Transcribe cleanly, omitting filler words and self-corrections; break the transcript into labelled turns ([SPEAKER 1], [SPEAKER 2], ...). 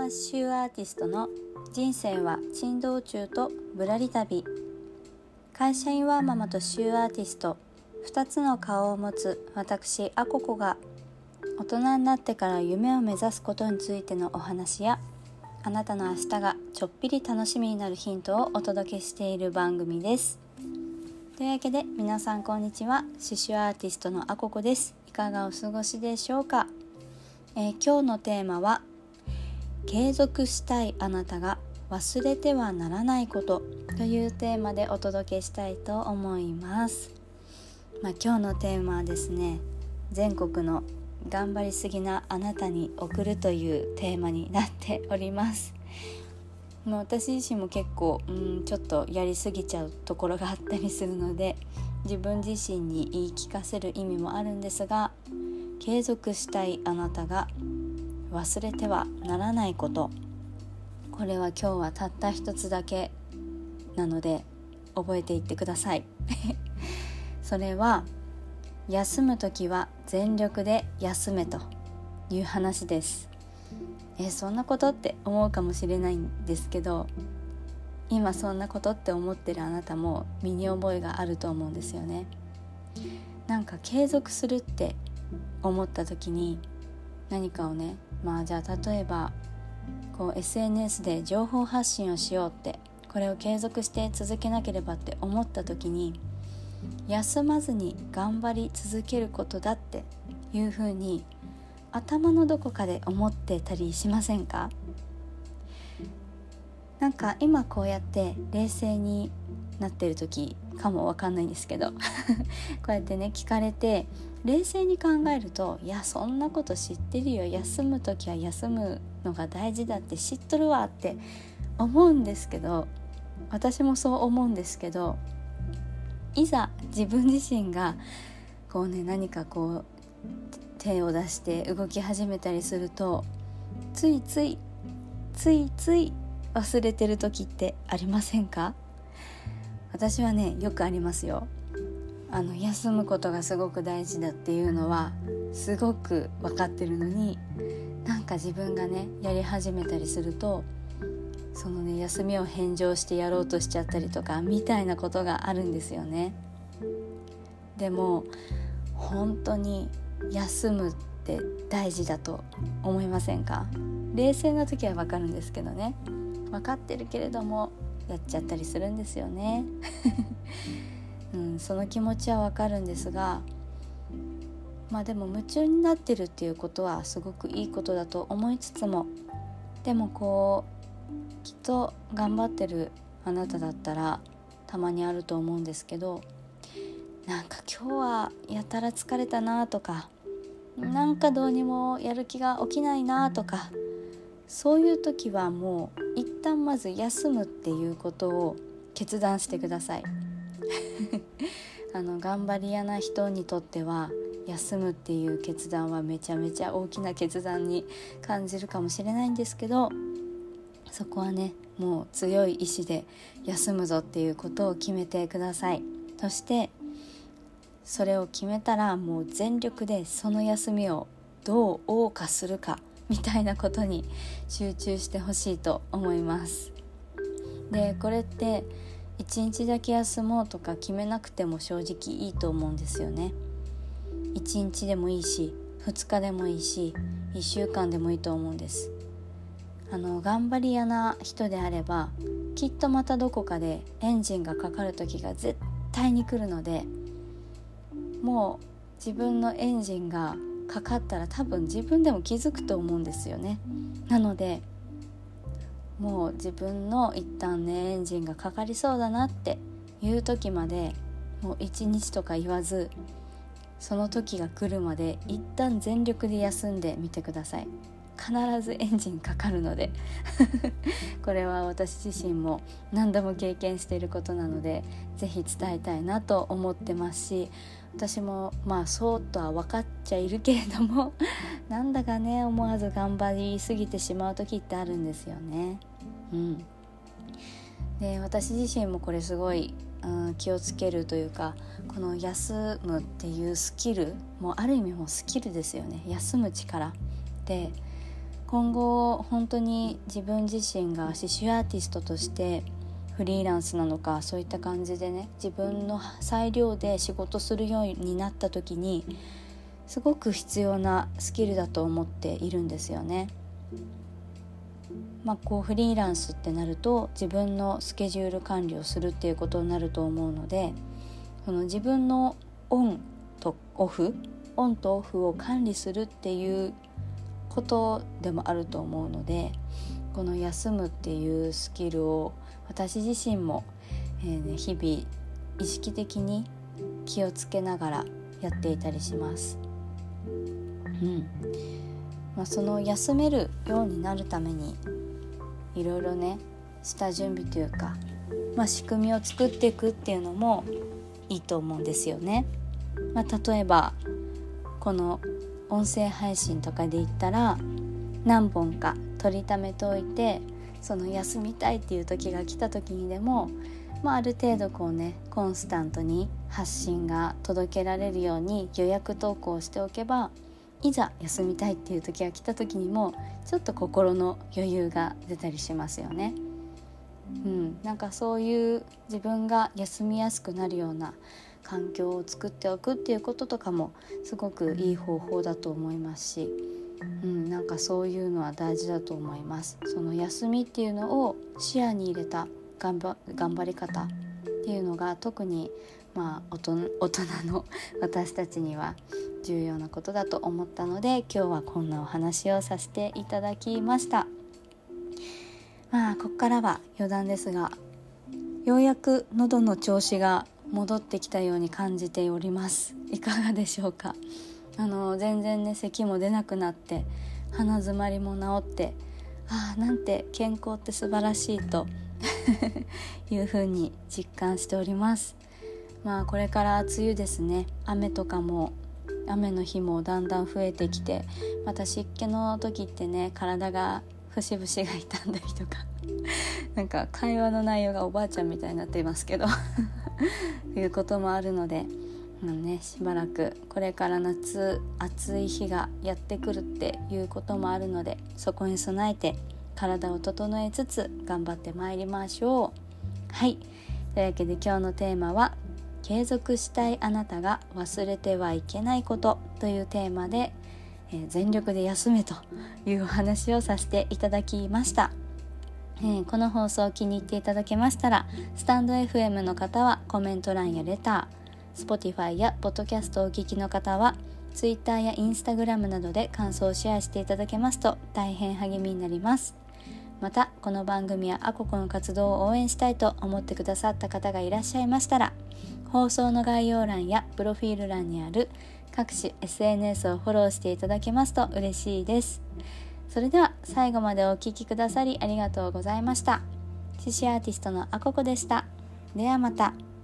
[SPEAKER 1] は刺繍アーティストの人生は珍道中とぶらり旅。会社員ワーママと刺繍アーティスト、2つの顔を持つ私アココが、大人になってから夢を目指すことについてのお話や、あなたの明日がちょっぴり楽しみになるヒントをお届けしている番組です。というわけで皆さんこんにちは。刺繍アーティストのアココです。いかがお過ごしでしょうか。今日のテーマは、継続したいあなたが忘れてはならないことというテーマでお届けしたいと思います。今日のテーマはですね、全国の頑張りすぎなあなたに送るというテーマになっております。私自身も結構ちょっとやりすぎちゃうところがあったりするので、自分自身に言い聞かせる意味もあるんですが、継続したいあなたが忘れてはならないこと、これは今日はたった一つだけなので覚えていってくださいそれは、休むときは全力で休めという話です。そんなことって思うかもしれないんですけど、今そんなことって思ってるあなたも身に覚えがあると思うんですよね。継続するって思った時に、何かをね、じゃあ例えばSNS で情報発信をしようって、これを継続して続けなければって思った時に、休まずに頑張り続けることだっていうふうに頭のどこかで思ってたりしませんか？今こうやって冷静になってる時かもわかんないんですけどこうやってね聞かれて冷静に考えると、いやそんなこと知ってるよ、休む時は休むのが大事だって知っとるわって思うんですけど、私もそう思うんですけど、いざ自分自身が何か手を出して動き始めたりすると、ついつい忘れてる時ってありませんか？私はね、よくありますよ。休むことがすごく大事だっていうのはすごく分かってるのに、自分がねやり始めたりすると、そのね休みを返上してやろうとしちゃったりとかみたいなことがあるんですよね。でも本当に休むって大事だと思いませんか？冷静な時は分かるんですけどね、分かってるけれどもやっちゃったりするんですよねその気持ちは分かるんですが、でも夢中になってるっていうことはすごくいいことだと思いつつも、でもきっと頑張ってるあなただったらたまにあると思うんですけど、今日はやたら疲れたなとか、どうにもやる気が起きないなとか、そういう時はもう一旦まず休むっていうことを決断してください頑張り屋な人にとっては休むっていう決断はめちゃめちゃ大きな決断に感じるかもしれないんですけど、そこはねもう強い意志で休むぞっていうことを決めてください。そしてそれを決めたら、もう全力でその休みをどう謳歌するかみたいなことに集中してほしいと思います。でこれって1日だけ休もうとか決めなくても正直いいと思うんですよね。1日でもいいし、2日でもいいし、1週間でもいいと思うんです。頑張り屋な人であれば、きっとまたどこかでエンジンがかかる時が絶対に来るので、もう自分のエンジンがかかったら多分自分でも気づくと思うんですよね。なのでもう自分の一旦ねエンジンがかかりそうだなっていう時まで、もう1日とか言わず、その時が来るまで一旦全力で休んでみてください。必ずエンジンかかるのでこれは私自身も何度も経験していることなので、ぜひ伝えたいなと思ってますし、私もそうとは分かっちゃいるけれどもなんだかね思わず頑張りすぎてしまう時ってあるんですよね。で私自身もこれすごい気をつけるというか、この休むっていうスキルもある意味もうスキルですよね。休む力で今後本当に自分自身が刺繍アーティストとしてフリーランスなのか、そういった感じでね、自分の裁量で仕事するようになった時にすごく必要なスキルだと思っているんですよね。こうフリーランスってなると自分のスケジュール管理をするっていうことになると思うので、その自分のオンとオフを管理するっていうことでもあると思うので、この休むっていうスキルを私自身も、日々意識的に気をつけながらやっていたりします。その休めるようになるためにいろいろね下準備というか、仕組みを作っていくっていうのもいいと思うんですよね。例えばこの音声配信とかで言ったら何本か取りためておいて、その休みたいっていう時が来た時にでも、ある程度こうねコンスタントに発信が届けられるように予約投稿しておけば、いざ休みたいっていう時が来た時にもちょっと心の余裕が出たりしますよね。なんかそういう自分が休みやすくなるような環境を作っておくっていうこととかもすごくいい方法だと思いますし、なんかそういうのは大事だと思います。その休みっていうのを視野に入れた頑張り方っていうのが特に大人の私たちには重要なことだと思ったので、今日はこんなお話をさせていただきました。ここからは余談ですが、ようやく喉の調子が戻ってきたように感じております。いかがでしょうか。全然ね咳も出なくなって鼻づまりも治って、なんて健康って素晴らしいというふうに実感しております。これから梅雨ですね。雨の日もだんだん増えてきて、また湿気の時ってね体が節々が痛んだりとかなんか会話の内容がおばあちゃんみたいになっていますけどいうこともあるので、しばらくこれから夏暑い日がやってくるっていうこともあるので、そこに備えて体を整えつつ頑張ってまいりましょう。というわけで今日のテーマは継続したいあなたが忘れてはいけないことというテーマで、全力で休めというお話をさせていただきました。この放送を気に入っていただけましたら、スタンド FM の方はコメント欄やレター、Spotify やポッドキャストをお聞きの方は Twitter や Instagram などで感想をシェアしていただけますと大変励みになります。またこの番組やアココの活動を応援したいと思ってくださった方がいらっしゃいましたら、放送の概要欄やプロフィール欄にある各種 SNS をフォローしていただけますと嬉しいです。それでは最後までお聞きくださりありがとうございました。刺繍アーティストのアココでした。ではまた。